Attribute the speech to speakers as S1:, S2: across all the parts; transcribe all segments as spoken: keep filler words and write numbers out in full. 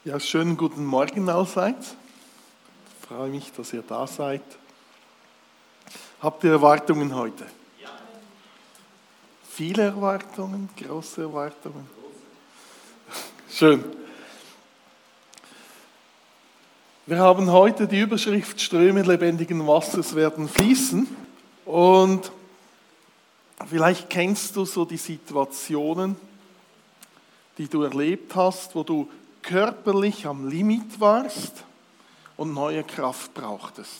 S1: Ja, schönen guten Morgen allseits. Ich freue mich, dass ihr da seid. Habt ihr Erwartungen heute? Ja. Viele Erwartungen, große Erwartungen. Schön. Wir haben heute die Überschrift Ströme lebendigen Wassers werden fließen. Und vielleicht kennst du so die Situationen, die du erlebt hast, wo du körperlich am Limit warst und neue Kraft brauchtest.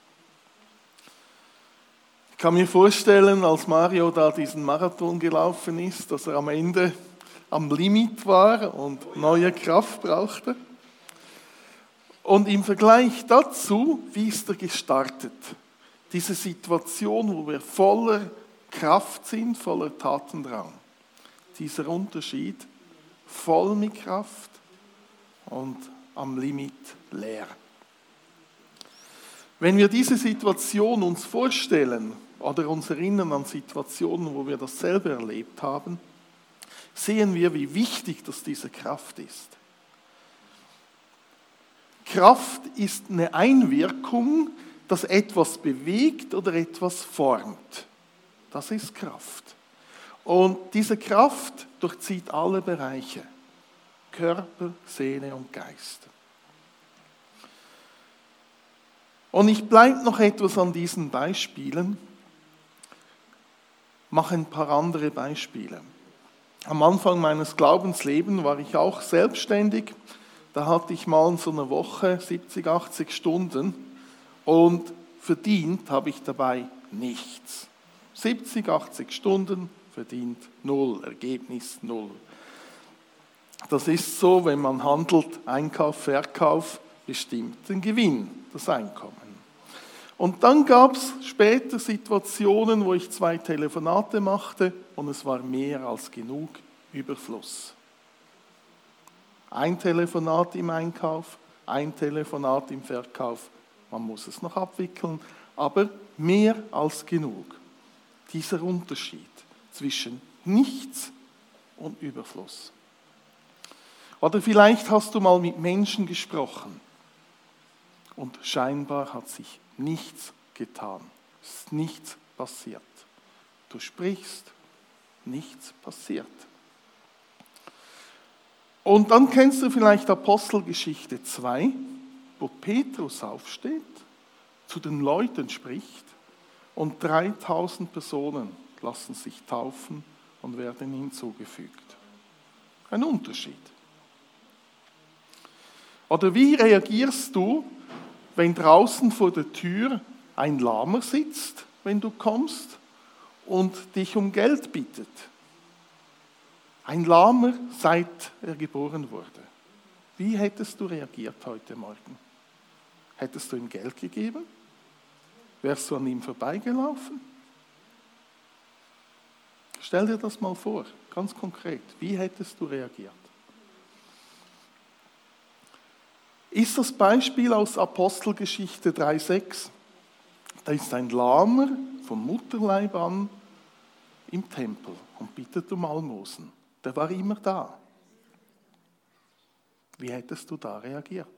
S1: Ich kann mir vorstellen, als Mario da diesen Marathon gelaufen ist, dass er am Ende am Limit war und neue Kraft brauchte. Und im Vergleich dazu, wie ist er gestartet? Diese Situation, wo wir voller Kraft sind, voller Tatendrang. Dieser Unterschied, voll mit Kraft und am Limit leer. Wenn wir diese Situation uns vorstellen oder uns erinnern an Situationen, wo wir das selber erlebt haben, sehen wir, wie wichtig das diese Kraft ist. Kraft ist eine Einwirkung, dass etwas bewegt oder etwas formt. Das ist Kraft. Und diese Kraft durchzieht alle Bereiche. Körper, Seele und Geist. Und ich bleibe noch etwas an diesen Beispielen, mache ein paar andere Beispiele. Am Anfang meines Glaubenslebens war ich auch selbstständig. Da hatte ich mal so eine Woche, siebzig, achtzig Stunden und verdient habe ich dabei nichts. siebzig, achtzig Stunden, verdient null, Ergebnis null. Das ist so, wenn man handelt, Einkauf, Verkauf, bestimmt den Gewinn, das Einkommen. Und dann gab es später Situationen, wo ich zwei Telefonate machte und es war mehr als genug Überfluss. Ein Telefonat im Einkauf, ein Telefonat im Verkauf, man muss es noch abwickeln, aber mehr als genug. Dieser Unterschied zwischen nichts und Überfluss. Oder vielleicht hast du mal mit Menschen gesprochen und scheinbar hat sich nichts getan, es ist nichts passiert. Du sprichst, nichts passiert. Und dann kennst du vielleicht Apostelgeschichte zwei, wo Petrus aufsteht, zu den Leuten spricht und dreitausend Personen lassen sich taufen und werden hinzugefügt. Ein Unterschied. Oder wie reagierst du, wenn draußen vor der Tür ein Lahmer sitzt, wenn du kommst, und dich um Geld bittet? Ein Lahmer, seit er geboren wurde. Wie hättest du reagiert heute Morgen? Hättest du ihm Geld gegeben? Wärst du an ihm vorbeigelaufen? Stell dir das mal vor, ganz konkret. Wie hättest du reagiert? Ist das Beispiel aus Apostelgeschichte drei sechs. Da ist ein Lahmer vom Mutterleib an im Tempel und bittet um Almosen. Der war immer da. Wie hättest du da reagiert?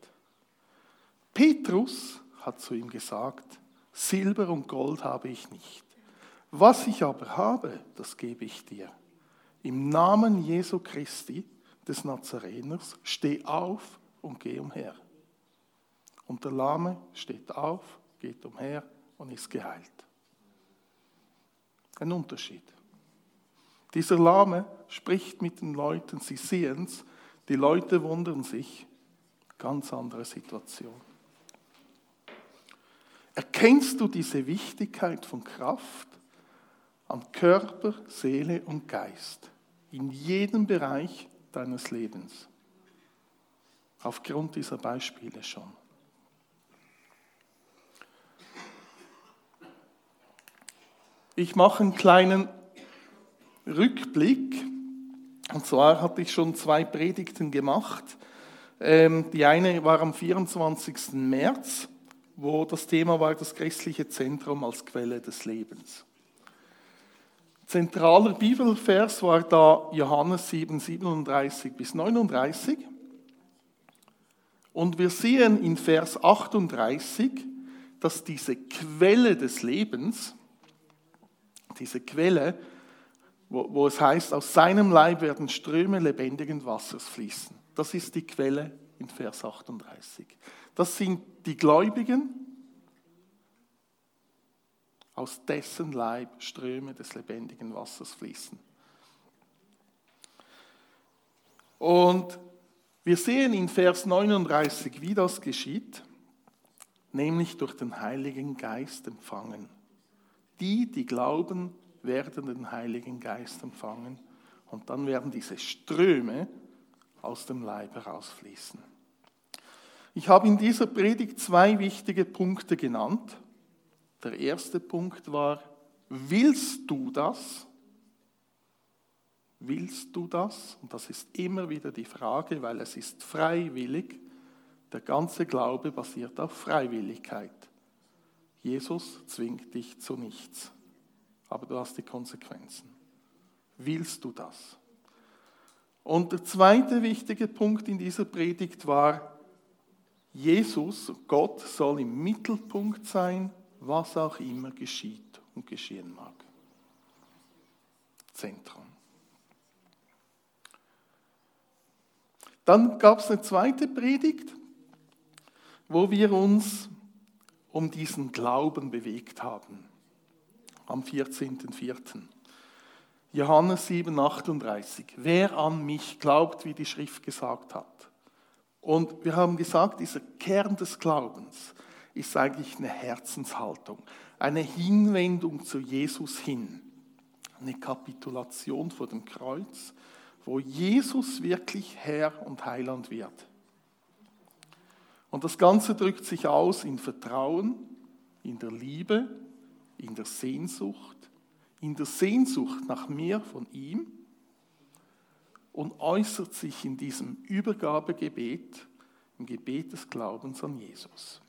S1: Petrus hat zu ihm gesagt, Silber und Gold habe ich nicht. Was ich aber habe, das gebe ich dir. Im Namen Jesu Christi, des Nazareners, steh auf und geh umher. Und der Lahme steht auf, geht umher und ist geheilt. Ein Unterschied. Dieser Lahme spricht mit den Leuten, sie sehen es, die Leute wundern sich. Ganz andere Situation. Erkennst du diese Wichtigkeit von Kraft an Körper, Seele und Geist in jedem Bereich deines Lebens? Aufgrund dieser Beispiele schon. Ich mache einen kleinen Rückblick. Und zwar hatte ich schon zwei Predigten gemacht. Die eine war am vierundzwanzigsten März, wo das Thema war das christliche Zentrum als Quelle des Lebens. Zentraler Bibelvers war da Johannes sieben, siebenunddreißig bis neununddreißig. Und wir sehen in Vers achtunddreißig, dass diese Quelle des Lebens, diese Quelle, wo, wo es heißt, aus seinem Leib werden Ströme lebendigen Wassers fließen. Das ist die Quelle in Vers achtunddreißig. Das sind die Gläubigen, aus dessen Leib Ströme des lebendigen Wassers fließen. Und wir sehen in Vers neununddreißig, wie das geschieht, nämlich durch den Heiligen Geist empfangen. Die, die glauben, werden den Heiligen Geist empfangen und dann werden diese Ströme aus dem Leib herausfließen. Ich habe in dieser Predigt zwei wichtige Punkte genannt. Der erste Punkt war, willst du das? Willst du das? Und das ist immer wieder die Frage, weil es ist freiwillig. Der ganze Glaube basiert auf Freiwilligkeit. Jesus zwingt dich zu nichts. Aber du hast die Konsequenzen. Willst du das? Und der zweite wichtige Punkt in dieser Predigt war, Jesus, Gott, soll im Mittelpunkt sein, was auch immer geschieht und geschehen mag. Zentrum. Dann gab es eine zweite Predigt, wo wir uns um diesen Glauben bewegt haben. Am vierzehnten vierten Johannes sieben, achtunddreißig. Wer an mich glaubt, wie die Schrift gesagt hat. Und wir haben gesagt, dieser Kern des Glaubens ist eigentlich eine Herzenshaltung, eine Hinwendung zu Jesus hin, eine Kapitulation vor dem Kreuz, wo Jesus wirklich Herr und Heiland wird. Und das Ganze drückt sich aus in Vertrauen, in der Liebe, in der Sehnsucht, in der Sehnsucht nach mehr von ihm und äußert sich in diesem Übergabegebet, im Gebet des Glaubens an Jesus.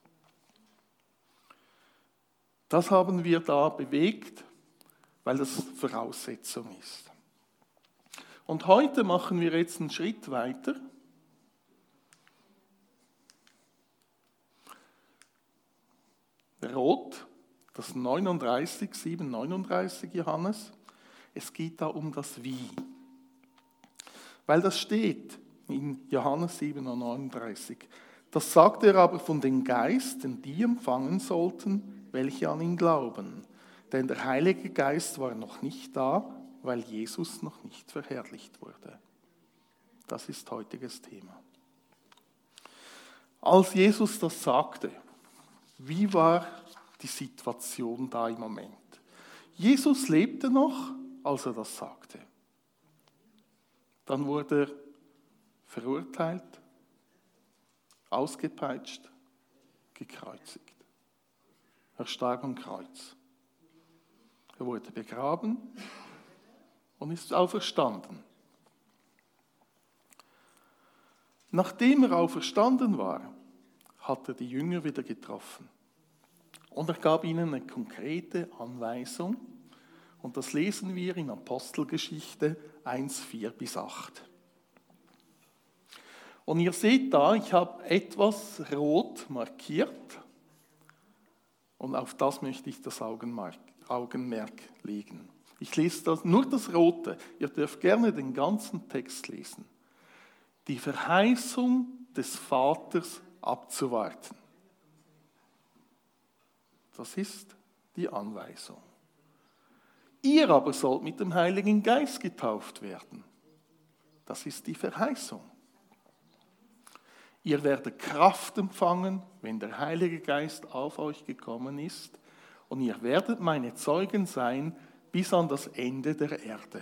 S1: Das haben wir da bewegt, weil das Voraussetzung ist. Und heute machen wir jetzt einen Schritt weiter. Rot, das neununddreißig, sieben, neununddreißig Johannes. Es geht da um das Wie. Weil das steht in Johannes sieben, neununddreißig. Das sagt er aber von den Geistern, die empfangen sollten, welche an ihn glauben. Denn der Heilige Geist war noch nicht da, weil Jesus noch nicht verherrlicht wurde. Das ist heutiges Thema. Als Jesus das sagte, wie war die Situation da im Moment? Jesus lebte noch, als er das sagte. Dann wurde er verurteilt, ausgepeitscht, gekreuzigt. Er starb am Kreuz. Er wurde begraben und ist auferstanden. Nachdem er auferstanden war, hat er die Jünger wieder getroffen. Und er gab ihnen eine konkrete Anweisung. Und das lesen wir in Apostelgeschichte eins, vier bis acht. Und ihr seht da, ich habe etwas rot markiert. Und auf das möchte ich das Augenmerk, Augenmerk legen. Ich lese das, nur das Rote. Ihr dürft gerne den ganzen Text lesen. Die Verheißung des Vaters abzuwarten. Das ist die Anweisung. Ihr aber sollt mit dem Heiligen Geist getauft werden. Das ist die Verheißung. Ihr werdet Kraft empfangen, wenn der Heilige Geist auf euch gekommen ist, und ihr werdet meine Zeugen sein bis an das Ende der Erde.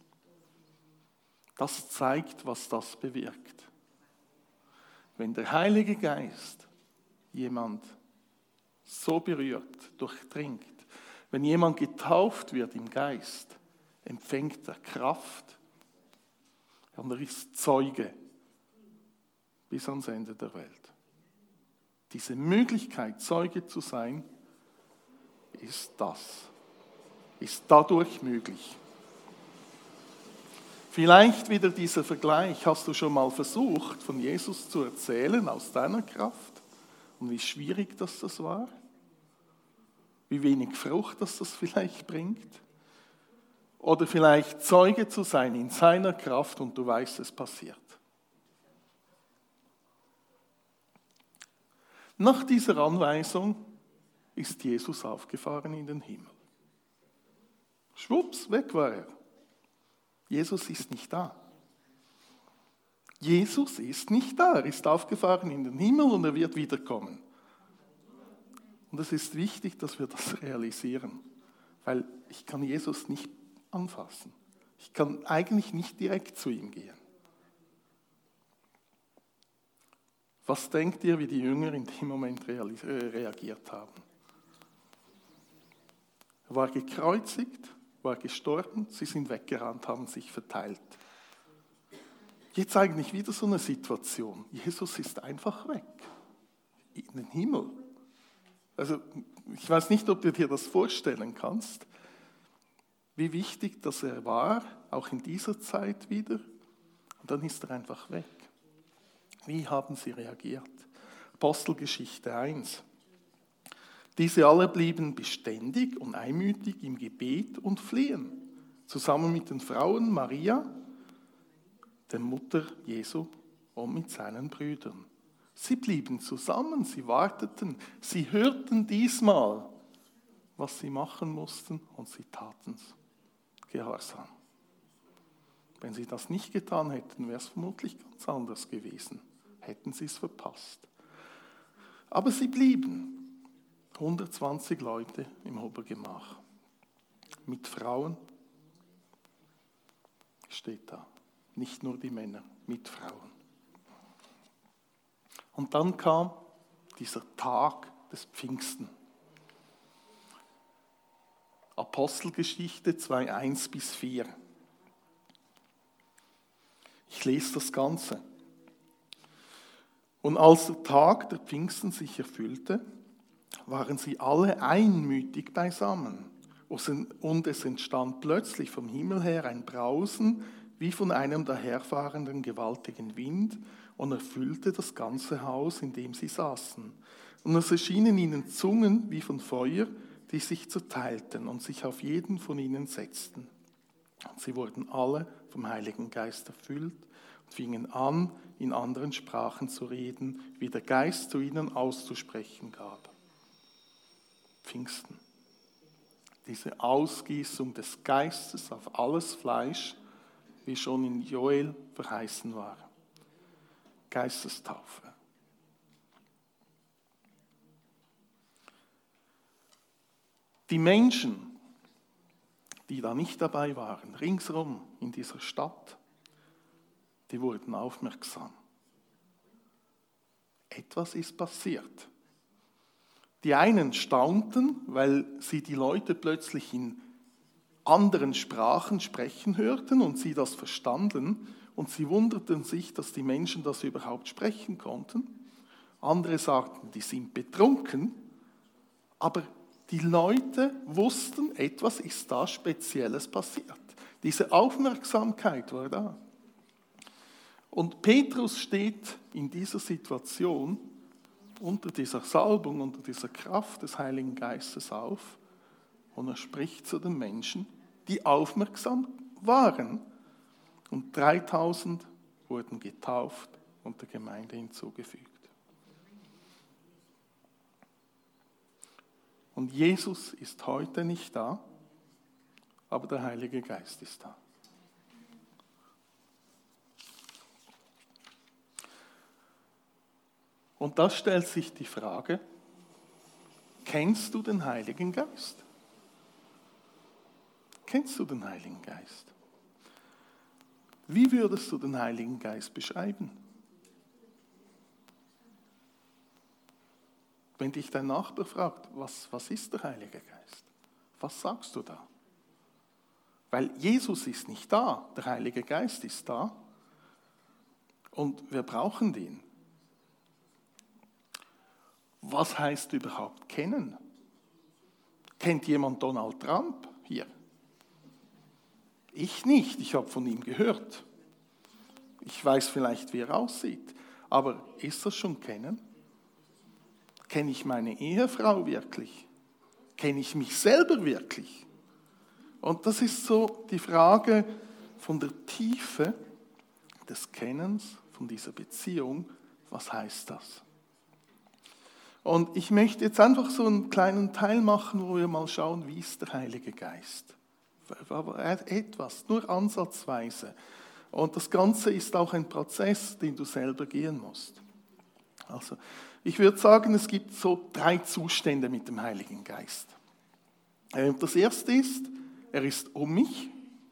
S1: Das zeigt, was das bewirkt. Wenn der Heilige Geist jemand so berührt, durchdringt, wenn jemand getauft wird im Geist, empfängt er Kraft und er ist Zeuge bis ans Ende der Welt. Diese Möglichkeit, Zeuge zu sein, ist das, ist dadurch möglich. Vielleicht wieder dieser Vergleich, hast du schon mal versucht, von Jesus zu erzählen aus deiner Kraft und wie schwierig das, das war? Wie wenig Frucht das, das vielleicht bringt? Oder vielleicht Zeuge zu sein in seiner Kraft und du weißt, es passiert. Nach dieser Anweisung ist Jesus aufgefahren in den Himmel. Schwupps, weg war er. Jesus ist nicht da. Jesus ist nicht da. Er ist aufgefahren in den Himmel und er wird wiederkommen. Und es ist wichtig, dass wir das realisieren, weil ich kann Jesus nicht anfassen. Ich kann eigentlich nicht direkt zu ihm gehen. Was denkt ihr, wie die Jünger in dem Moment reagiert haben? Er war gekreuzigt, war gestorben, sie sind weggerannt, haben sich verteilt. Jetzt eigentlich wieder so eine Situation. Jesus ist einfach weg. In den Himmel. Also ich weiß nicht, ob du dir das vorstellen kannst, wie wichtig das er war, auch in dieser Zeit wieder. Und dann ist er einfach weg. Wie haben sie reagiert? Apostelgeschichte eins. Diese alle blieben beständig und einmütig im Gebet und Flehen, zusammen mit den Frauen Maria, der Mutter Jesu, und mit seinen Brüdern. Sie blieben zusammen, sie warteten, sie hörten diesmal, was sie machen mussten, und sie taten es. Gehorsam. Wenn sie das nicht getan hätten, wäre es vermutlich ganz anders gewesen. Hätten sie es verpasst. Aber sie blieben. hundertzwanzig Leute im Obergemach. Mit Frauen steht da. Nicht nur die Männer, mit Frauen. Und dann kam dieser Tag des Pfingsten. Apostelgeschichte zwei, eins bis vier. Ich lese das Ganze. Und als der Tag der Pfingsten sich erfüllte, waren sie alle einmütig beisammen. Und es entstand plötzlich vom Himmel her ein Brausen, wie von einem daherfahrenden gewaltigen Wind, und erfüllte das ganze Haus, in dem sie saßen. Und es erschienen ihnen Zungen wie von Feuer, die sich zerteilten und sich auf jeden von ihnen setzten. Und sie wurden alle vom Heiligen Geist erfüllt und fingen an, in anderen Sprachen zu reden, wie der Geist zu ihnen auszusprechen gab. Pfingsten. Diese Ausgießung des Geistes auf alles Fleisch, wie schon in Joel verheißen war. Geistestaufe. Die Menschen, die da nicht dabei waren, ringsherum in dieser Stadt, die wurden aufmerksam. Etwas ist passiert. Die einen staunten, weil sie die Leute plötzlich in anderen Sprachen sprechen hörten und sie das verstanden, und sie wunderten sich, dass die Menschen das überhaupt sprechen konnten. Andere sagten, die sind betrunken, aber die Leute wussten, etwas ist da Spezielles passiert. Diese Aufmerksamkeit war da. Und Petrus steht in dieser Situation unter dieser Salbung, unter dieser Kraft des Heiligen Geistes auf, und er spricht zu den Menschen, die aufmerksam waren. Und dreitausend wurden getauft und der Gemeinde hinzugefügt. Und Jesus ist heute nicht da, aber der Heilige Geist ist da. Und da stellt sich die Frage, kennst du den Heiligen Geist? Kennst du den Heiligen Geist? Wie würdest du den Heiligen Geist beschreiben? Wenn dich dein Nachbar fragt, was, was ist der Heilige Geist? Was sagst du da? Weil Jesus ist nicht da, der Heilige Geist ist da und wir brauchen den. Was heißt überhaupt kennen? Kennt jemand Donald Trump hier? Ich nicht, ich habe von ihm gehört. Ich weiß vielleicht, wie er aussieht, aber ist das schon kennen? Kenne ich meine Ehefrau wirklich? Kenne ich mich selber wirklich? Und das ist so die Frage von der Tiefe des Kennens, von dieser Beziehung. Was heißt das? Und ich möchte jetzt einfach so einen kleinen Teil machen, wo wir mal schauen, wie ist der Heilige Geist. Aber etwas, nur ansatzweise. Und das Ganze ist auch ein Prozess, den du selber gehen musst. Also, ich würde sagen, es gibt so drei Zustände mit dem Heiligen Geist. Das erste ist, er ist um mich.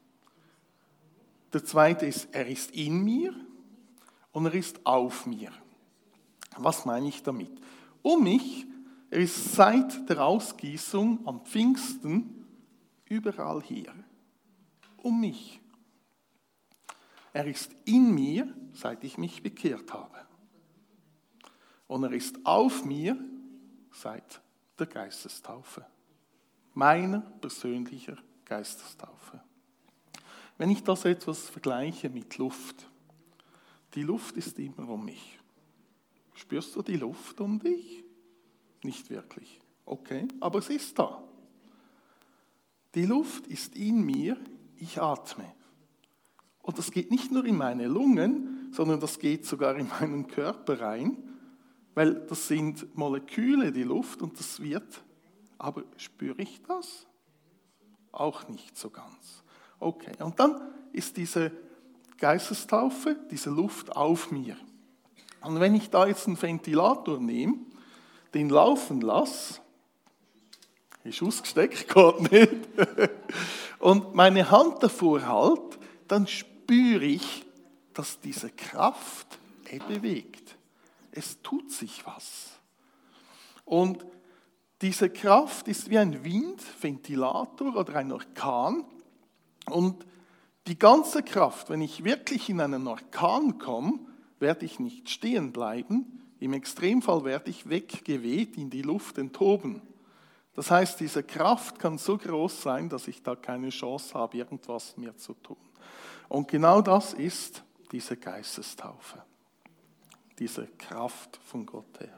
S1: Der zweite ist, er ist in mir. Und er ist auf mir. Was meine ich damit? Um mich, er ist seit der Ausgießung am Pfingsten überall hier. Um mich. Er ist in mir, seit ich mich bekehrt habe. Und er ist auf mir seit der Geistestaufe. Meiner persönlicher Geistestaufe. Wenn ich das etwas vergleiche mit Luft. Die Luft ist immer um mich. Spürst du die Luft um dich? Nicht wirklich. Okay, aber es ist da. Die Luft ist in mir, ich atme. Und das geht nicht nur in meine Lungen, sondern das geht sogar in meinen Körper rein, weil das sind Moleküle, die Luft, und das wird, aber spüre ich das? Auch nicht so ganz. Okay, und dann ist diese Geistestaufe, diese Luft auf mir. Und wenn ich da jetzt einen Ventilator nehme, den laufen lasse, ist ausgesteckt, geht nicht, und meine Hand davor halte, dann spüre ich, dass diese Kraft bewegt. Es tut sich was. Und diese Kraft ist wie ein Wind, Ventilator oder ein Orkan. Und die ganze Kraft, wenn ich wirklich in einen Orkan komme, werde ich nicht stehen bleiben. Im Extremfall werde ich weggeweht, in die Luft enthoben. Das heißt, diese Kraft kann so groß sein, dass ich da keine Chance habe, irgendwas mehr zu tun. Und genau das ist diese Geistestaufe. Diese Kraft von Gott her.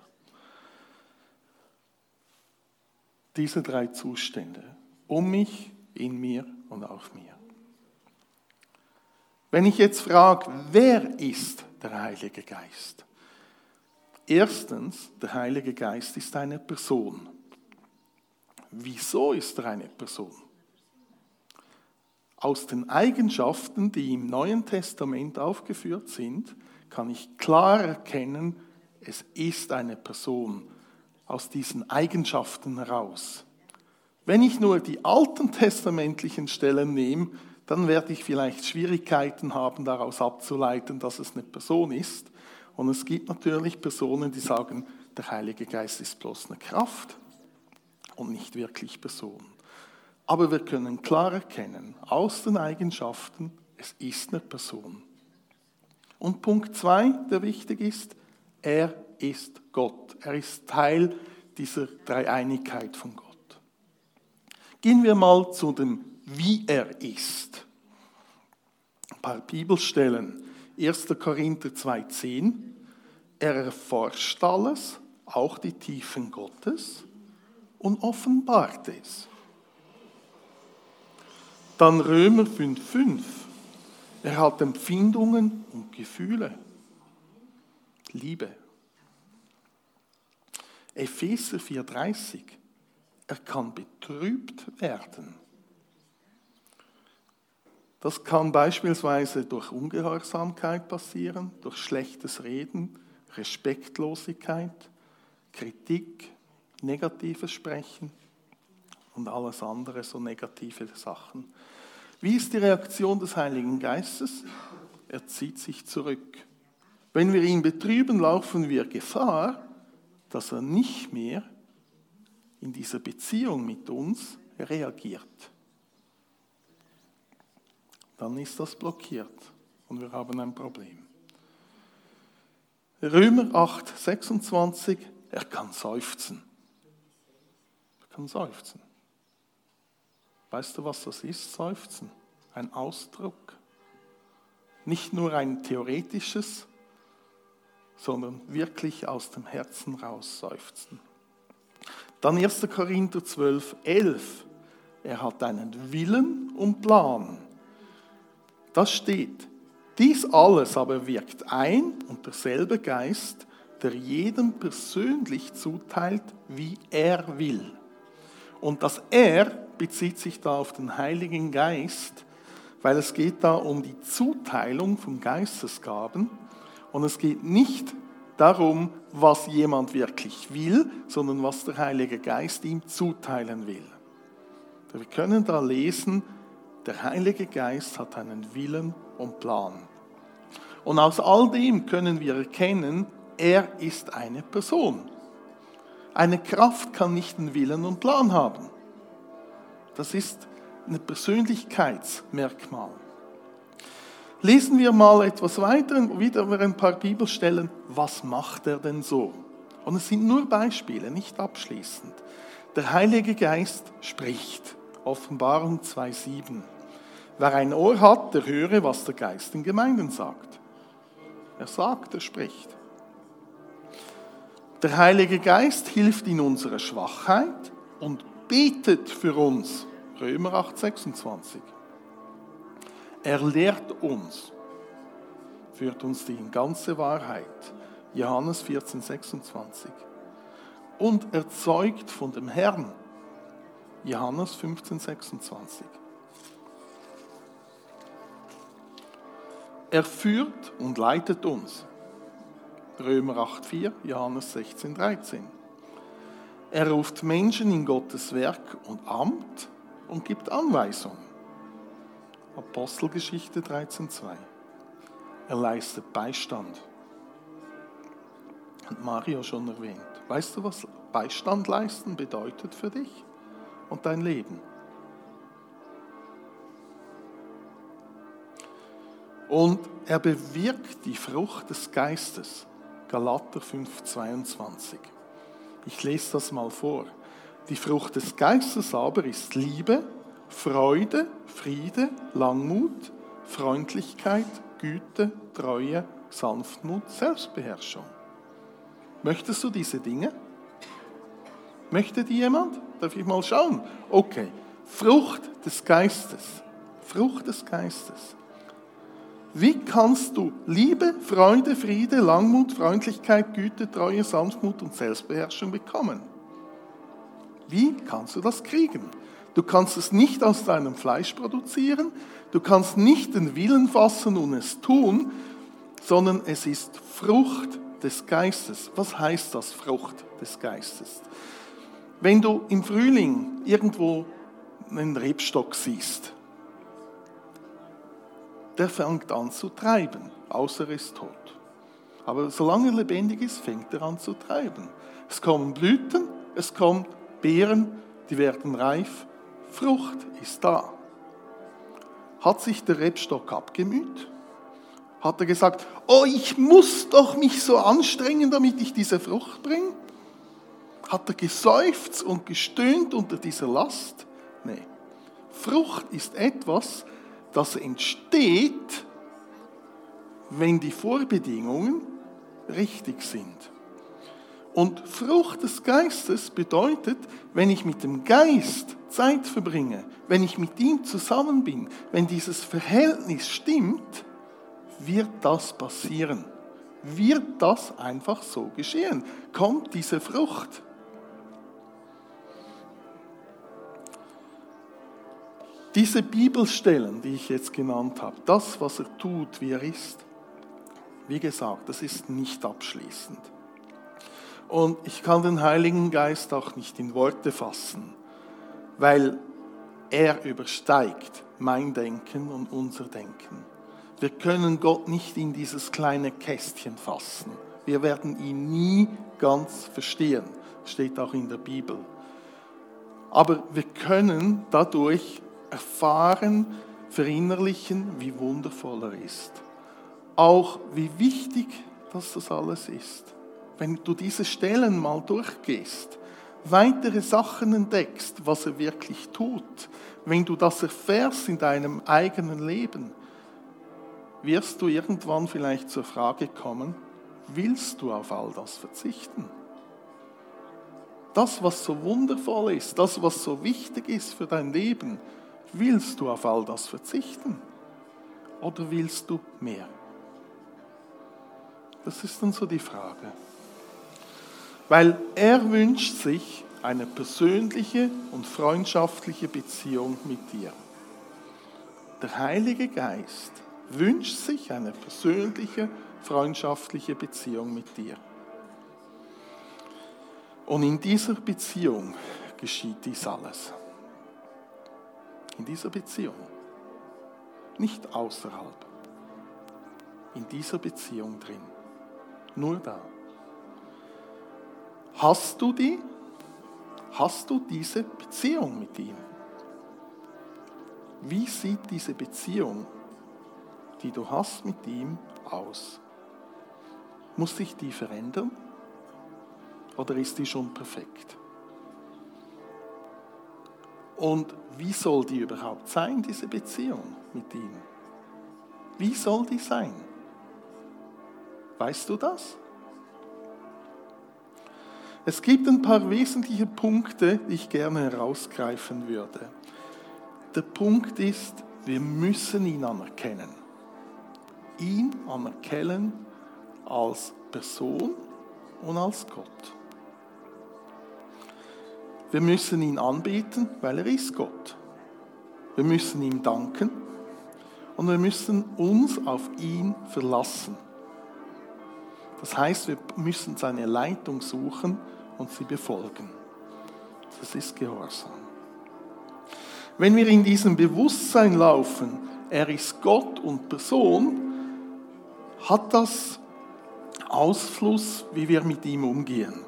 S1: Diese drei Zustände. Um mich, in mir und auf mir. Wenn ich jetzt frage, wer ist der Heilige Geist? Erstens, der Heilige Geist ist eine Person. Wieso ist er eine Person? Aus den Eigenschaften, die im Neuen Testament aufgeführt sind, kann ich klar erkennen, es ist eine Person. Aus diesen Eigenschaften heraus. Wenn ich nur die alten testamentlichen Stellen nehme, dann werde ich vielleicht Schwierigkeiten haben, daraus abzuleiten, dass es eine Person ist. Und es gibt natürlich Personen, die sagen, der Heilige Geist ist bloß eine Kraft und nicht wirklich Person. Aber wir können klar erkennen, aus den Eigenschaften, es ist eine Person. Und Punkt zwei, der wichtig ist, er ist Gott. Er ist Teil dieser Dreieinigkeit von Gott. Gehen wir mal zu dem, wie er ist. Ein paar Bibelstellen. erster Korinther zwei zehn. Er erforscht alles, auch die Tiefen Gottes, und offenbart es. Dann Römer fünf fünf. Er hat Empfindungen und Gefühle. Liebe. Epheser vier dreißig. Er kann betrübt werden. Das kann beispielsweise durch Ungehorsamkeit passieren, durch schlechtes Reden, Respektlosigkeit, Kritik, negatives Sprechen und alles andere, so negative Sachen. Wie ist die Reaktion des Heiligen Geistes? Er zieht sich zurück. Wenn wir ihn betrüben, laufen wir Gefahr, dass er nicht mehr in dieser Beziehung mit uns reagiert. Dann ist das blockiert und wir haben ein Problem. Römer acht sechsundzwanzig, er kann seufzen. Er kann seufzen. Weißt du, was das ist, seufzen? ein Ausdruck, nicht nur ein theoretisches, sondern wirklich aus dem Herzen raus seufzen. Dann erster Korinther zwölf, elf. Er hat einen Willen und Plan. Das steht, dies alles aber wirkt ein und derselbe Geist, der jedem persönlich zuteilt, wie er will. Und das Er bezieht sich da auf den Heiligen Geist, weil es geht da um die Zuteilung von Geistesgaben und es geht nicht darum, was jemand wirklich will, sondern was der Heilige Geist ihm zuteilen will. Wir können da lesen, der Heilige Geist hat einen Willen und Plan. Und aus all dem können wir erkennen, er ist eine Person. Eine Kraft kann nicht einen Willen und Plan haben. Das ist ein Persönlichkeitsmerkmal. Lesen wir mal etwas weiter, wieder ein paar Bibelstellen. Was macht er denn so? Und es sind nur Beispiele, nicht abschließend. Der Heilige Geist spricht. Offenbarung zwei sieben. Wer ein Ohr hat, der höre, was der Geist den Gemeinden sagt. Er sagt, er spricht. Der Heilige Geist hilft in unserer Schwachheit und betet für uns. Römer acht sechsundzwanzig. Er lehrt uns, führt uns in ganze Wahrheit. Johannes vierzehn sechsundzwanzig. Und erzeugt von dem Herrn. Johannes fünfzehn sechsundzwanzig. Er führt und leitet uns. Römer acht vier, Johannes sechzehn dreizehn. Er ruft Menschen in Gottes Werk und Amt und gibt Anweisungen. Apostelgeschichte dreizehn zwei. Er leistet Beistand. Hat Mario schon erwähnt. Weißt du, was Beistand leisten bedeutet für dich und dein Leben? Und er bewirkt die Frucht des Geistes. Galater fünf zweiundzwanzig. Ich lese das mal vor. Die Frucht des Geistes aber ist Liebe, Freude, Friede, Langmut, Freundlichkeit, Güte, Treue, Sanftmut, Selbstbeherrschung. Möchtest du diese Dinge? Möchte die jemand? Darf ich mal schauen? Okay. Frucht des Geistes. Frucht des Geistes. Wie kannst du Liebe, Freude, Friede, Langmut, Freundlichkeit, Güte, Treue, Sanftmut und Selbstbeherrschung bekommen? Wie kannst du das kriegen? Du kannst es nicht aus deinem Fleisch produzieren, du kannst nicht den Willen fassen und es tun, sondern es ist Frucht des Geistes. Was heißt das, Frucht des Geistes? Wenn du im Frühling irgendwo einen Rebstock siehst, der fängt an zu treiben, außer er ist tot. Aber solange er lebendig ist, fängt er an zu treiben. Es kommen Blüten, es kommen Beeren, die werden reif, Frucht ist da. Hat sich der Rebstock abgemüht? Hat er gesagt, oh, ich muss doch mich so anstrengen, damit ich diese Frucht bringe? Hat er geseufzt und gestöhnt unter dieser Last? Nee. Frucht ist etwas, das entsteht, wenn die Vorbedingungen richtig sind. Und Frucht des Geistes bedeutet, wenn ich mit dem Geist Zeit verbringe, wenn ich mit ihm zusammen bin, wenn dieses Verhältnis stimmt, wird das passieren. Wird das einfach so geschehen. Kommt diese Frucht. Diese Bibelstellen, die ich jetzt genannt habe, das, was er tut, wie er ist, wie gesagt, das ist nicht abschließend. Und ich kann den Heiligen Geist auch nicht in Worte fassen, weil er übersteigt mein Denken und unser Denken. Wir können Gott nicht in dieses kleine Kästchen fassen. Wir werden ihn nie ganz verstehen. Steht auch in der Bibel. Aber wir können dadurch erfahren, verinnerlichen, wie wundervoll er ist. Auch wie wichtig, dass das alles ist. Wenn du diese Stellen mal durchgehst, weitere Sachen entdeckst, was er wirklich tut, wenn du das erfährst in deinem eigenen Leben, wirst du irgendwann vielleicht zur Frage kommen, willst du auf all das verzichten? Das, was so wundervoll ist, das, was so wichtig ist für dein Leben, willst du auf all das verzichten? Oder willst du mehr? Das ist dann so die Frage. Weil er wünscht sich eine persönliche und freundschaftliche Beziehung mit dir. Der Heilige Geist wünscht sich eine persönliche, freundschaftliche Beziehung mit dir. Und in dieser Beziehung geschieht dies alles. In dieser Beziehung. Nicht außerhalb. In dieser Beziehung drin. Nur da. Hast du die? Hast du diese Beziehung mit ihm? Wie sieht diese Beziehung, die du hast mit ihm, aus? Muss sich die verändern? Oder ist die schon perfekt? Und wie soll die überhaupt sein, diese Beziehung mit ihm? Wie soll die sein? Weißt du das? Es gibt ein paar wesentliche Punkte, die ich gerne herausgreifen würde. Der Punkt ist, wir müssen ihn anerkennen. Ihn anerkennen als Person und als Gott. Wir müssen ihn anbeten, weil er ist Gott. Wir müssen ihm danken und wir müssen uns auf ihn verlassen. Das heißt, wir müssen seine Leitung suchen und sie befolgen. Das ist Gehorsam. Wenn wir in diesem Bewusstsein laufen, er ist Gott und Person, hat das Ausfluss, wie wir mit ihm umgehen.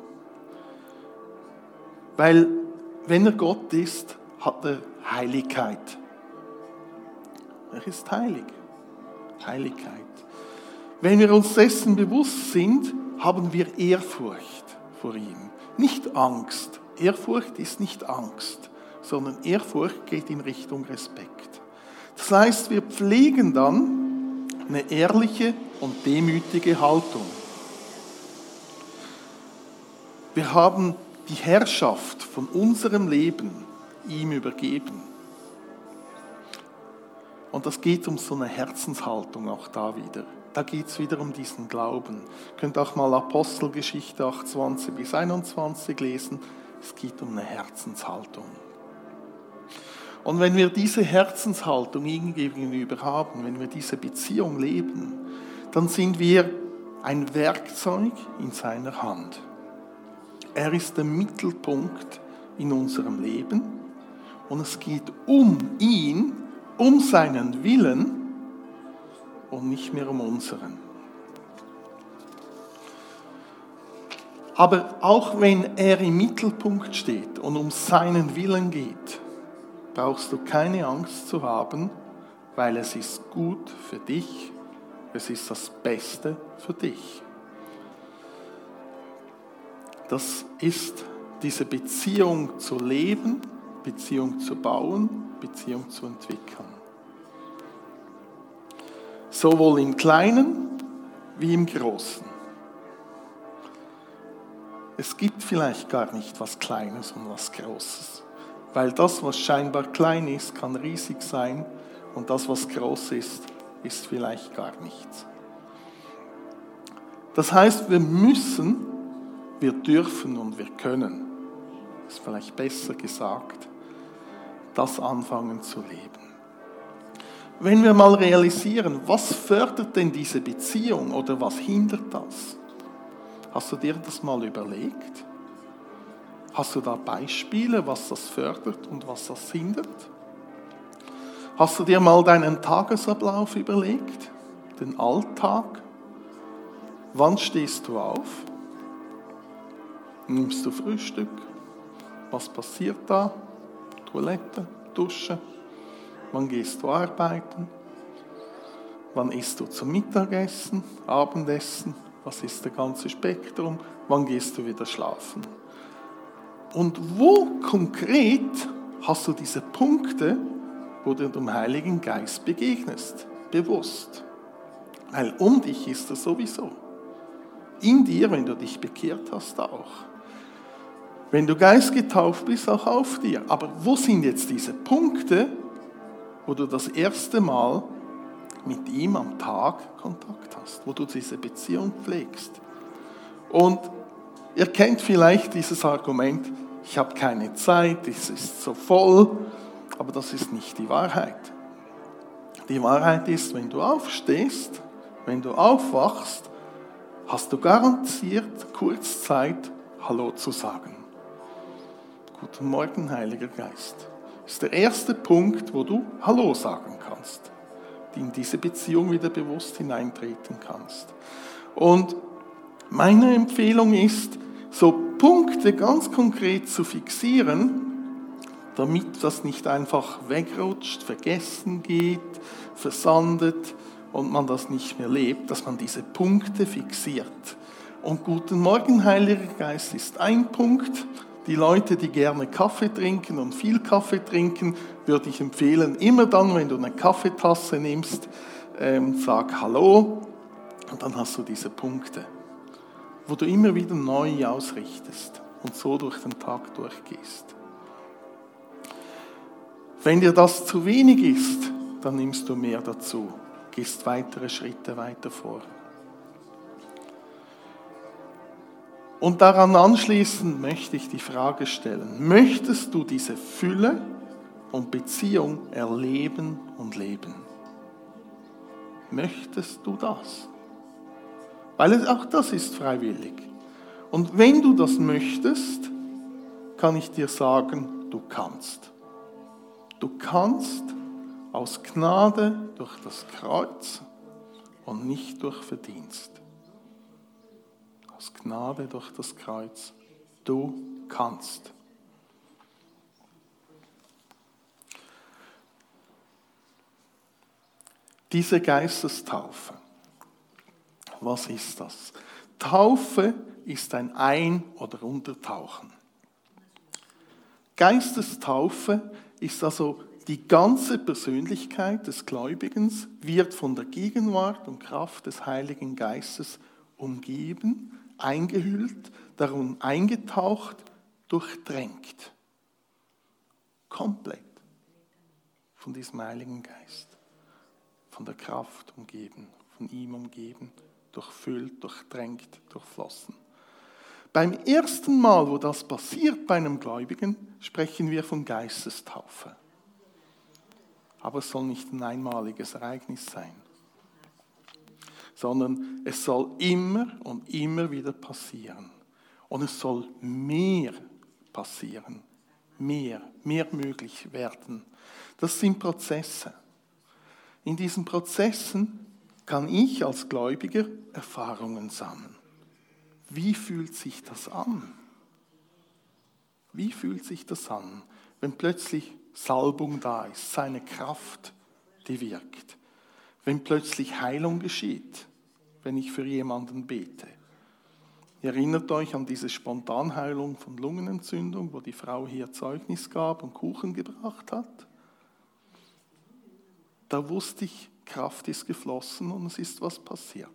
S1: Weil, wenn er Gott ist, hat er Heiligkeit. Er ist heilig. Heiligkeit. Wenn wir uns dessen bewusst sind, haben wir Ehrfurcht vor ihm. Nicht Angst. Ehrfurcht ist nicht Angst, sondern Ehrfurcht geht in Richtung Respekt. Das heißt, wir pflegen dann eine ehrliche und demütige Haltung. Wir haben die Herrschaft von unserem Leben ihm übergeben. Und das geht um so eine Herzenshaltung auch da wieder. Da geht es wieder um diesen Glauben. Ihr könnt auch mal Apostelgeschichte achtundzwanzig bis einundzwanzig lesen. Es geht um eine Herzenshaltung. Und wenn wir diese Herzenshaltung ihm gegenüber haben, wenn wir diese Beziehung leben, dann sind wir ein Werkzeug in seiner Hand. Er ist der Mittelpunkt in unserem Leben und es geht um ihn, um seinen Willen und nicht mehr um unseren. Aber auch wenn er im Mittelpunkt steht und um seinen Willen geht, brauchst du keine Angst zu haben, weil es ist gut für dich, es ist das Beste für dich. Das ist diese Beziehung zu leben, Beziehung zu bauen, Beziehung zu entwickeln. Sowohl im Kleinen wie im Großen. Es gibt vielleicht gar nicht was Kleines und was Großes. Weil das, was scheinbar klein ist, kann riesig sein und das, was groß ist, ist vielleicht gar nichts. Das heißt, wir müssen, wir dürfen und wir können, ist vielleicht besser gesagt, das anfangen zu leben. Wenn wir mal realisieren, was fördert denn diese Beziehung oder was hindert das? Hast du dir das mal überlegt? Hast du da Beispiele, was das fördert und was das hindert? Hast du dir mal deinen Tagesablauf überlegt? Den Alltag? Wann stehst du auf? Nimmst du Frühstück? Was passiert da? Toilette, Dusche? Wann gehst du arbeiten? Wann isst du zum Mittagessen, Abendessen? Was ist das ganze Spektrum? Wann gehst du wieder schlafen? Und wo konkret hast du diese Punkte, wo du dem Heiligen Geist begegnest? Bewusst. Weil um dich ist er sowieso. In dir, wenn du dich bekehrt hast, auch. Wenn du geistgetauft bist, auch auf dir. Aber wo sind jetzt diese Punkte, wo du das erste Mal mit ihm am Tag Kontakt hast, wo du diese Beziehung pflegst? Und ihr kennt vielleicht dieses Argument, ich habe keine Zeit, es ist so voll, aber das ist nicht die Wahrheit. Die Wahrheit ist, wenn du aufstehst, wenn du aufwachst, hast du garantiert kurz Zeit, Hallo zu sagen. Guten Morgen, Heiliger Geist. Das ist der erste Punkt, wo du Hallo sagen kannst, in diese Beziehung wieder bewusst hineintreten kannst. Und meine Empfehlung ist, so Punkte ganz konkret zu fixieren, damit das nicht einfach wegrutscht, vergessen geht, versandet und man das nicht mehr lebt, dass man diese Punkte fixiert. Und Guten Morgen, Heiliger Geist ist ein Punkt. Die Leute, die gerne Kaffee trinken und viel Kaffee trinken, würde ich empfehlen, immer dann, wenn du eine Kaffeetasse nimmst, ähm, sag Hallo und dann hast du diese Punkte, wo du immer wieder neu ausrichtest und so durch den Tag durchgehst. Wenn dir das zu wenig ist, dann nimmst du mehr dazu, gehst weitere Schritte weiter vor. Und daran anschließend möchte ich die Frage stellen, möchtest du diese Fülle und Beziehung erleben und leben? Möchtest du das? Weil auch das ist freiwillig. Und wenn du das möchtest, kann ich dir sagen, du kannst. Du kannst aus Gnade durch das Kreuz und nicht durch Verdienst. Aus Gnade durch das Kreuz. Du kannst. Diese Geistestaufe, was ist das? Taufe ist ein Ein- oder Untertauchen. Geistestaufe ist also die ganze Persönlichkeit des Gläubigen, wird von der Gegenwart und Kraft des Heiligen Geistes umgeben, eingehüllt, darum eingetaucht, durchdrängt. Komplett von diesem Heiligen Geist. Von der Kraft umgeben, von ihm umgeben, durchfüllt, durchdrängt, durchflossen. Beim ersten Mal, wo das passiert bei einem Gläubigen, sprechen wir von Geistestaufe. Aber es soll nicht ein einmaliges Ereignis sein, sondern es soll immer und immer wieder passieren. Und es soll mehr passieren, mehr, mehr möglich werden. Das sind Prozesse. In diesen Prozessen kann ich als Gläubiger Erfahrungen sammeln. Wie fühlt sich das an? Wie fühlt sich das an, wenn plötzlich Salbung da ist, seine Kraft, die wirkt? Wenn plötzlich Heilung geschieht, wenn ich für jemanden bete. Ihr erinnert euch an diese Spontanheilung von Lungenentzündung, wo die Frau hier Zeugnis gab und Kuchen gebracht hat? Da wusste ich, Kraft ist geflossen und es ist was passiert.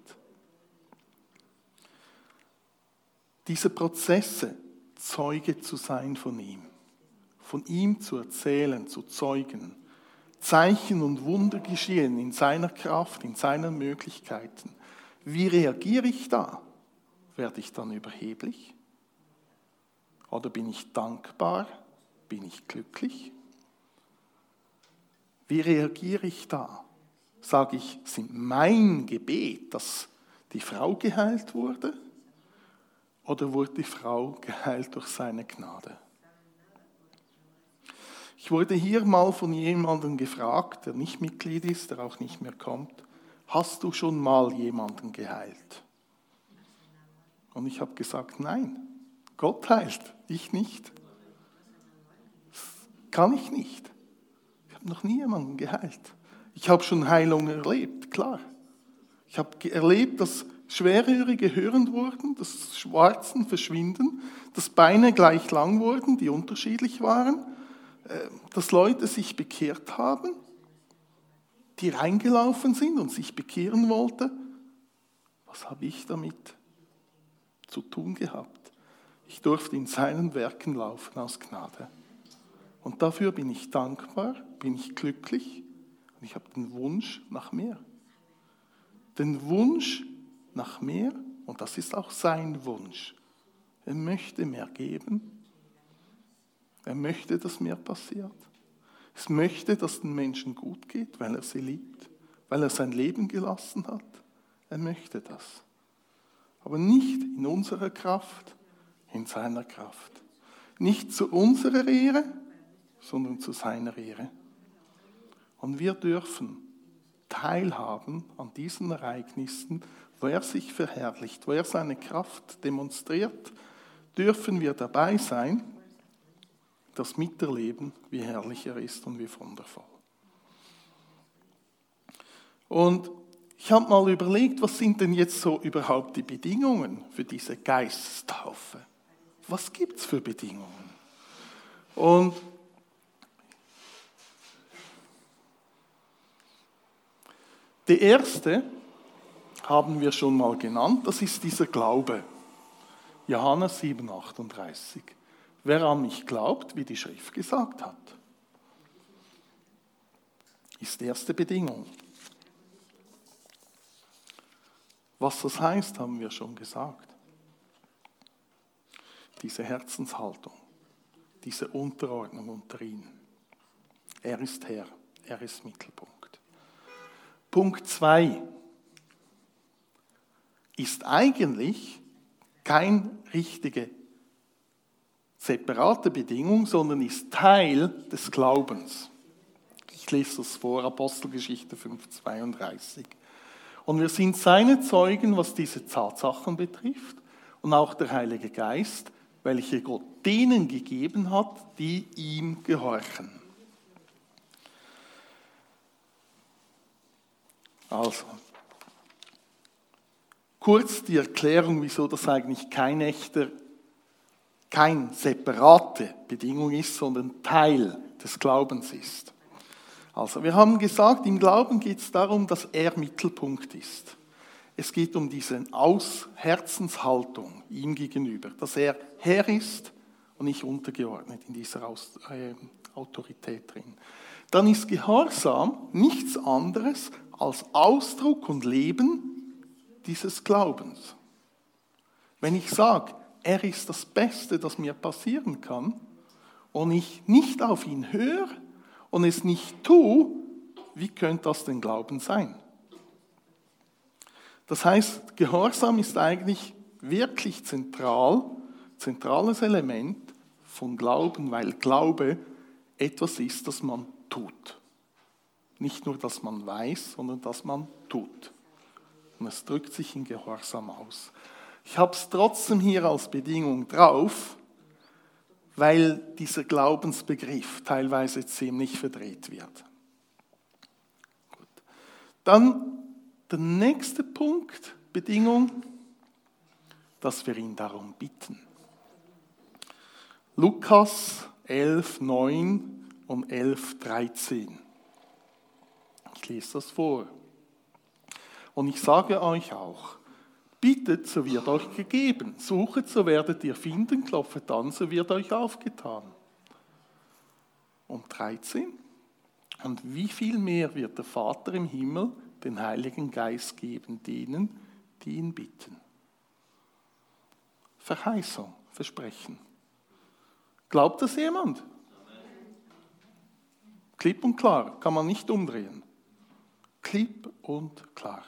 S1: Diese Prozesse, Zeuge zu sein von ihm, von ihm zu erzählen, zu zeugen, Zeichen und Wunder geschehen in seiner Kraft, in seinen Möglichkeiten. Wie reagiere ich da? Werde ich dann überheblich? Oder bin ich dankbar? Bin ich glücklich? Wie reagiere ich da? Sage ich, sind mein Gebet, dass die Frau geheilt wurde? Oder wurde die Frau geheilt durch seine Gnade? Ich wurde hier mal von jemandem gefragt, der nicht Mitglied ist, der auch nicht mehr kommt, hast du schon mal jemanden geheilt? Und ich habe gesagt, nein, Gott heilt, ich nicht. Das kann ich nicht. Ich habe noch nie jemanden geheilt. Ich habe schon Heilung erlebt, klar. Ich habe erlebt, dass Schwerhörige hörend wurden, dass Schwarzen verschwinden, dass Beine gleich lang wurden, die unterschiedlich waren, dass Leute sich bekehrt haben, die reingelaufen sind und sich bekehren wollten. Was habe ich damit zu tun gehabt? Ich durfte in seinen Werken laufen aus Gnade. Und dafür bin ich dankbar, bin ich glücklich und ich habe den Wunsch nach mehr. Den Wunsch nach mehr, und das ist auch sein Wunsch. Er möchte mehr geben. Er möchte, dass mehr passiert. Er möchte, dass den Menschen gut geht, weil er sie liebt, weil er sein Leben gelassen hat. Er möchte das. Aber nicht in unserer Kraft, in seiner Kraft. Nicht zu unserer Ehre, sondern zu seiner Ehre. Und wir dürfen teilhaben an diesen Ereignissen, wo er sich verherrlicht, wo er seine Kraft demonstriert, dürfen wir dabei sein, das miterleben, wie herrlich er ist und wie wundervoll. Und ich habe mal überlegt, was sind denn jetzt so überhaupt die Bedingungen für diese Geistestaufe? Was gibt es für Bedingungen? Und die erste haben wir schon mal genannt, das ist dieser Glaube. Johannes sieben, achtunddreißig. Wer an mich glaubt, wie die Schrift gesagt hat, ist die erste Bedingung. Was das heißt, haben wir schon gesagt. Diese Herzenshaltung, diese Unterordnung unter ihn. Er ist Herr, er ist Mittelpunkt. Punkt zwei ist eigentlich keine richtige separate Bedingung, sondern ist Teil des Glaubens. Ich lese das vor, Apostelgeschichte fünf, zweiunddreißig. Und wir sind seine Zeugen, was diese Tatsachen betrifft, und auch der Heilige Geist, welche Gott denen gegeben hat, die ihm gehorchen. Also, kurz die Erklärung, wieso das eigentlich kein echter keine separate Bedingung ist, sondern Teil des Glaubens ist. Also wir haben gesagt, im Glauben geht es darum, dass er Mittelpunkt ist. Es geht um diese Aus- Herzenshaltung ihm gegenüber, dass er Herr ist und nicht untergeordnet in dieser Aus- äh, Autorität drin. Dann ist Gehorsam nichts anderes als Ausdruck und Leben dieses Glaubens. Wenn ich sage, er ist das Beste, das mir passieren kann, und ich nicht auf ihn höre und es nicht tue, wie könnte das denn Glauben sein? Das heißt, Gehorsam ist eigentlich wirklich zentral, zentrales Element von Glauben, weil Glaube etwas ist, das man tut. Nicht nur, dass man weiß, sondern dass man tut. Und es drückt sich in Gehorsam aus. Ich habe es trotzdem hier als Bedingung drauf, weil dieser Glaubensbegriff teilweise ziemlich verdreht wird. Gut. Dann der nächste Punkt, Bedingung, dass wir ihn darum bitten. Lukas elf, neun und elf, dreizehn. Ich lese das vor. Und ich sage euch auch, bittet, so wird euch gegeben. Suchet, so werdet ihr finden. Klopfet an, so wird euch aufgetan. Und dreizehn. Und wie viel mehr wird der Vater im Himmel den Heiligen Geist geben denen, die ihn bitten? Verheißung, Versprechen. Glaubt das jemand? Klipp und klar, kann man nicht umdrehen. Klipp und klar.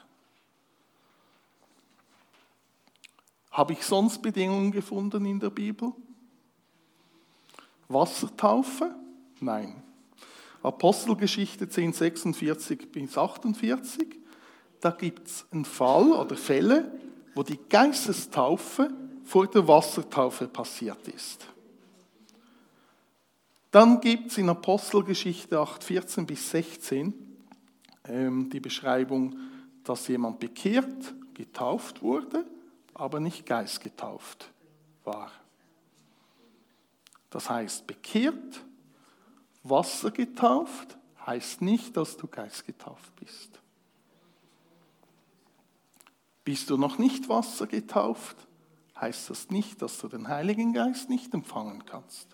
S1: Habe ich sonst Bedingungen gefunden in der Bibel? Wassertaufe? Nein. Apostelgeschichte zehn, sechsundvierzig bis achtundvierzig, da gibt es einen Fall oder Fälle, wo die Geistestaufe vor der Wassertaufe passiert ist. Dann gibt es in Apostelgeschichte acht, vierzehn bis sechzehn ähm, die Beschreibung, dass jemand bekehrt, getauft wurde, aber nicht geistgetauft war. Das heißt, bekehrt, Wasser getauft, heißt nicht, dass du geistgetauft bist. Bist du noch nicht Wasser getauft, heißt das nicht, dass du den Heiligen Geist nicht empfangen kannst.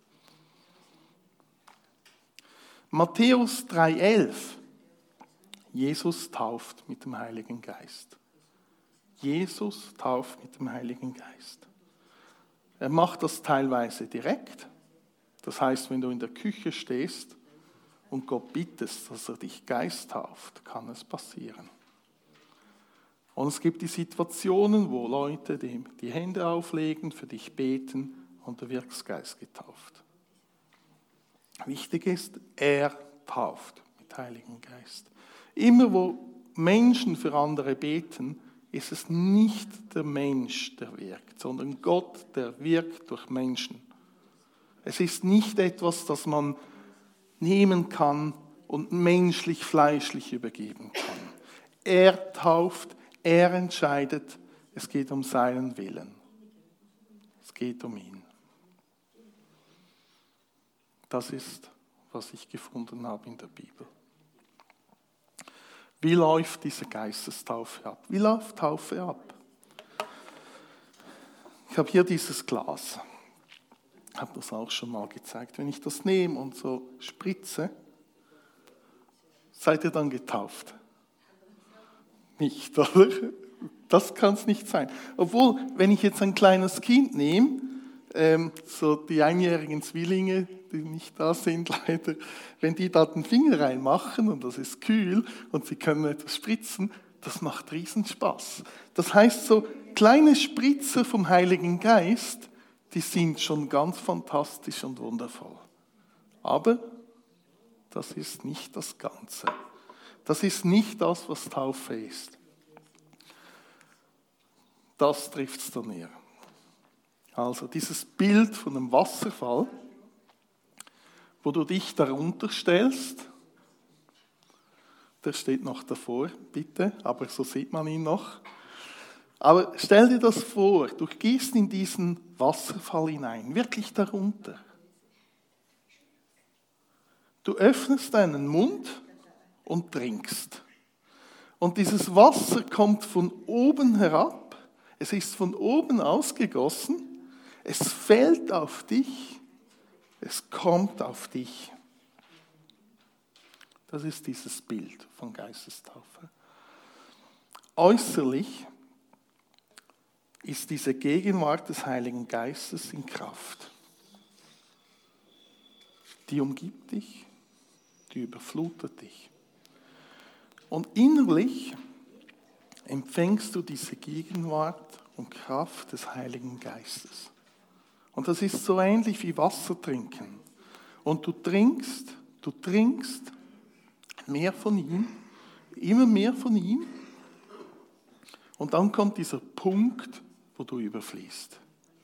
S1: Matthäus drei elf. Jesus tauft mit dem Heiligen Geist. Jesus tauft mit dem Heiligen Geist. Er macht das teilweise direkt. Das heißt, wenn du in der Küche stehst und Gott bittest, dass er dich Geist tauft, kann es passieren. Und es gibt die Situationen, wo Leute dem die Hände auflegen, für dich beten und du wirkst Geist getauft. Wichtig ist, er tauft mit Heiligen Geist. Immer wo Menschen für andere beten, ist es nicht der Mensch, der wirkt, sondern Gott, der wirkt durch Menschen. Es ist nicht etwas, das man nehmen kann und menschlich, fleischlich übergeben kann. Er tauft, er entscheidet, es geht um seinen Willen. Es geht um ihn. Das ist, was ich gefunden habe in der Bibel. Wie läuft diese Geistestaufe ab? Wie läuft Taufe ab? Ich habe hier dieses Glas. Ich habe das auch schon mal gezeigt. Wenn ich das nehme und so spritze, seid ihr dann getauft? Nicht, oder? Das kann es nicht sein. Obwohl, wenn ich jetzt ein kleines Kind nehme, ähm, so die einjährigen Zwillinge, die nicht da sind leider, wenn die da den Finger reinmachen und das ist kühl und sie können etwas spritzen, das macht riesen Spaß. Das heißt, so kleine Spritzer vom Heiligen Geist, die sind schon ganz fantastisch und wundervoll. Aber das ist nicht das Ganze. Das ist nicht das, was Taufe ist. Das trifft es dann näher. Also dieses Bild von einem Wasserfall, wo du dich darunter stellst, der steht noch davor, bitte, aber so sieht man ihn noch. Aber stell dir das vor, du gehst in diesen Wasserfall hinein, wirklich darunter. Du öffnest deinen Mund und trinkst. Und dieses Wasser kommt von oben herab, es ist von oben ausgegossen, es fällt auf dich, es kommt auf dich. Das ist dieses Bild von Geistestaufe. Äußerlich ist diese Gegenwart des Heiligen Geistes in Kraft. Die umgibt dich, die überflutet dich. Und innerlich empfängst du diese Gegenwart und Kraft des Heiligen Geistes. Und das ist so ähnlich wie Wasser trinken. Und du trinkst, du trinkst mehr von ihm, immer mehr von ihm. Und dann kommt dieser Punkt, wo du überfließt.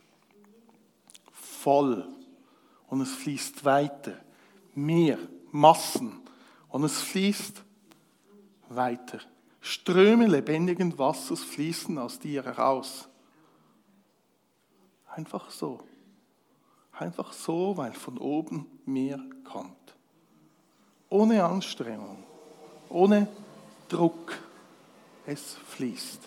S1: Voll. Und es fließt weiter. Mehr. Massen. Und es fließt weiter. Ströme lebendigen Wassers fließen aus dir heraus. Einfach so. Einfach so, weil von oben mehr kommt. Ohne Anstrengung. Ohne Druck. Es fließt.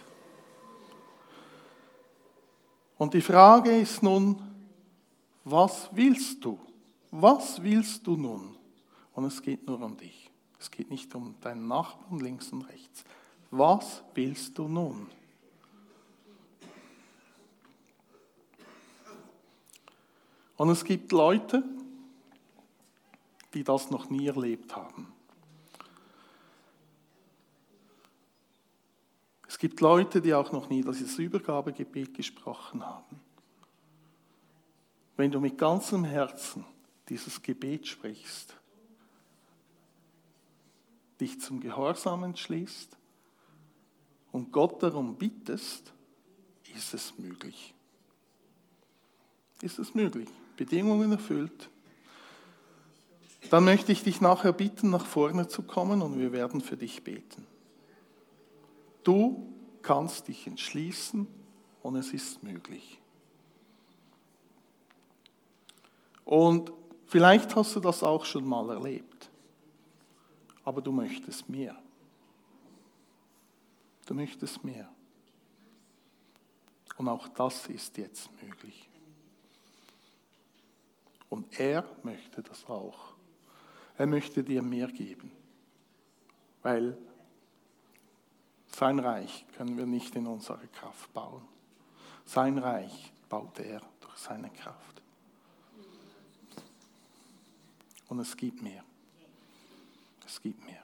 S1: Und die Frage ist nun, was willst du? Was willst du nun? Und es geht nur um dich. Es geht nicht um deinen Nachbarn links und rechts. Was willst du nun? Und es gibt Leute, die das noch nie erlebt haben. Es gibt Leute, die auch noch nie dieses Übergabegebet gesprochen haben. Wenn du mit ganzem Herzen dieses Gebet sprichst, dich zum Gehorsam entschließt und Gott darum bittest, ist es möglich. Ist es möglich? Bedingungen erfüllt. Dann möchte ich dich nachher bitten, nach vorne zu kommen und wir werden für dich beten. Du kannst dich entschließen und es ist möglich. Und vielleicht hast du das auch schon mal erlebt, aber du möchtest mehr. Du möchtest mehr. Und auch das ist jetzt möglich. Und er möchte das auch. Er möchte dir mehr geben, weil sein Reich können wir nicht in unserer Kraft bauen. Sein Reich baut er durch seine Kraft. Und es gibt mehr. Es gibt mehr.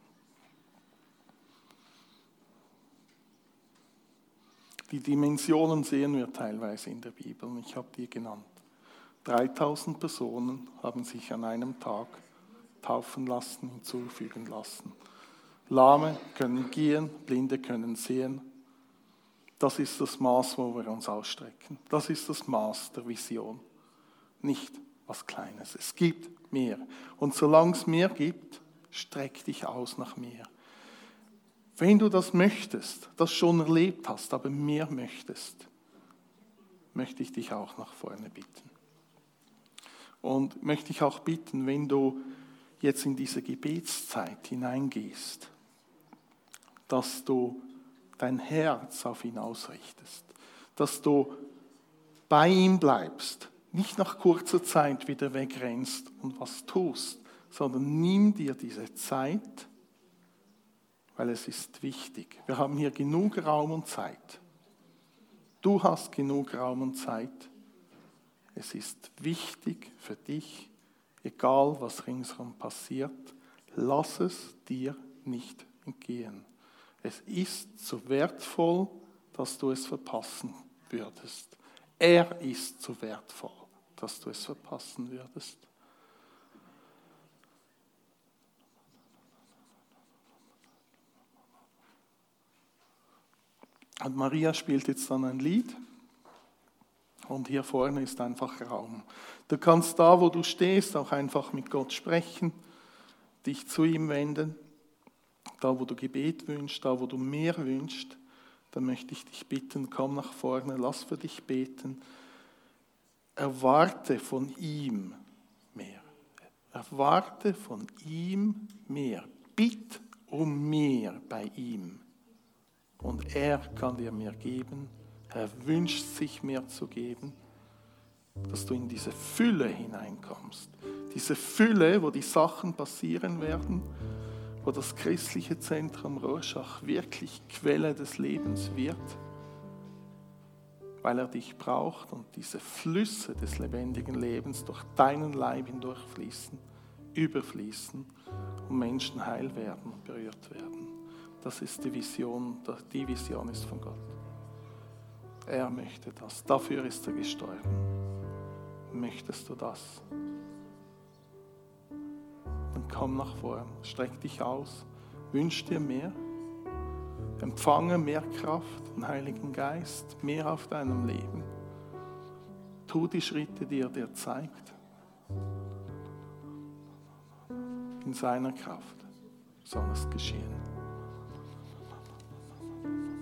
S1: Die Dimensionen sehen wir teilweise in der Bibel und ich habe die genannt. dreitausend Personen haben sich an einem Tag taufen lassen, hinzufügen lassen. Lahme können gehen, Blinde können sehen. Das ist das Maß, wo wir uns ausstrecken. Das ist das Maß der Vision. Nicht was Kleines. Es gibt mehr. Und solange es mehr gibt, streck dich aus nach mehr. Wenn du das möchtest, das schon erlebt hast, aber mehr möchtest, möchte ich dich auch nach vorne bitten. Und möchte ich auch bitten, wenn du jetzt in diese Gebetszeit hineingehst, dass du dein Herz auf ihn ausrichtest, dass du bei ihm bleibst, nicht nach kurzer Zeit wieder wegrennst und was tust, sondern nimm dir diese Zeit, weil es ist wichtig. Wir haben hier genug Raum und Zeit. Du hast genug Raum und Zeit. Es ist wichtig für dich, egal was ringsherum passiert, lass es dir nicht entgehen. Es ist so wertvoll, dass du es verpassen würdest. Er ist so wertvoll, dass du es verpassen würdest. Und Maria spielt jetzt dann ein Lied. Und hier vorne ist einfach Raum. Du kannst da, wo du stehst, auch einfach mit Gott sprechen, dich zu ihm wenden. Da, wo du Gebet wünschst, da, wo du mehr wünschst, dann möchte ich dich bitten, komm nach vorne, lass für dich beten. Erwarte von ihm mehr. Erwarte von ihm mehr. Bitt um mehr bei ihm. Und er kann dir mehr geben. Er wünscht sich mehr zu geben, dass du in diese Fülle hineinkommst. Diese Fülle, wo die Sachen passieren werden, wo das christliche Zentrum Rorschach wirklich Quelle des Lebens wird, weil er dich braucht und diese Flüsse des lebendigen Lebens durch deinen Leib hindurchfließen, überfließen und Menschen heil werden und berührt werden. Das ist die Vision, die Vision ist von Gott. Er möchte das. Dafür ist er gestorben. Möchtest du das? Dann komm nach vorn, streck dich aus, wünsch dir mehr, empfange mehr Kraft, den Heiligen Geist, mehr auf deinem Leben. Tu die Schritte, die er dir zeigt. In seiner Kraft soll es geschehen.